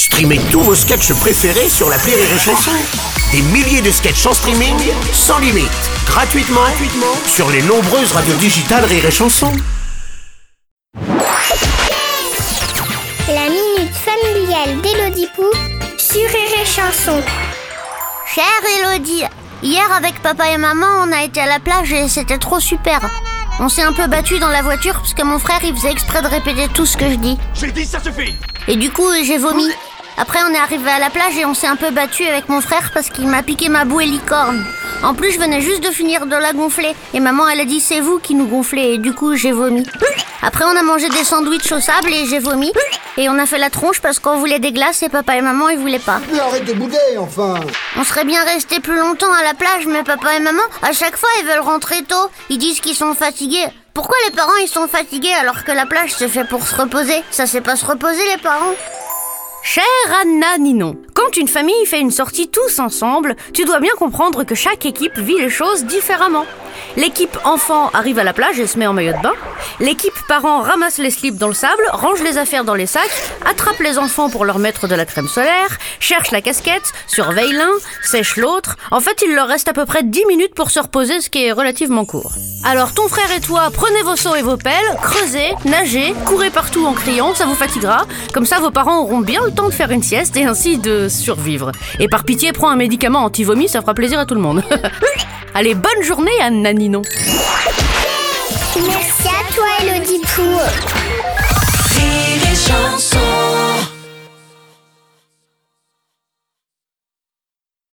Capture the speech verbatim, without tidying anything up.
Streamez tous vos sketchs préférés sur l'appli Rire et Chanson. Des milliers de sketchs en streaming, sans limite, gratuitement, gratuitement sur les nombreuses radios digitales Rire et Chanson. La minute familiale d'Élodie Pou sur Rire et Chanson. Chère Élodie, hier avec papa et maman, on a été à la plage et c'était trop super. On s'est un peu battu dans la voiture parce que mon frère il faisait exprès de répéter tout ce que je dis. J'ai dit ça suffit. Et du coup j'ai vomi. Après on est arrivé à la plage et on s'est un peu battu avec mon frère parce qu'il m'a piqué ma bouée licorne. En plus je venais juste de finir de la gonfler. Et maman elle a dit c'est vous qui nous gonflez et du coup j'ai vomi. Après on a mangé des sandwichs au sable et j'ai vomi. Et on a fait la tronche parce qu'on voulait des glaces et papa et maman ils voulaient pas. Mais arrête de bouder enfin. On serait bien resté plus longtemps à la plage, mais papa et maman, à chaque fois, ils veulent rentrer tôt. Ils disent qu'ils sont fatigués. Pourquoi les parents, ils sont fatigués alors que la plage, c'est fait pour se reposer? Ça sait pas se reposer, les parents. Chère Anna Ninon, quand une famille fait une sortie tous ensemble, tu dois bien comprendre que chaque équipe vit les choses différemment. L'équipe enfant arrive à la plage et se met en maillot de bain. L'équipe parents ramasse les slips dans le sable, range les affaires dans les sacs, attrape les enfants pour leur mettre de la crème solaire, cherche la casquette, surveille l'un, sèche l'autre. En fait, il leur reste à peu près dix minutes pour se reposer, ce qui est relativement court. Alors ton frère et toi, prenez vos seaux et vos pelles, creusez, nagez, courez partout en criant, ça vous fatiguera. Comme ça, vos parents auront bien le temps de faire une sieste et ainsi de survivre. Et par pitié, prends un médicament anti-vomi, ça fera plaisir à tout le monde. Allez, bonne journée, Anna Ninon. Merci à toi, Élodie Pou. Rire et Chanson.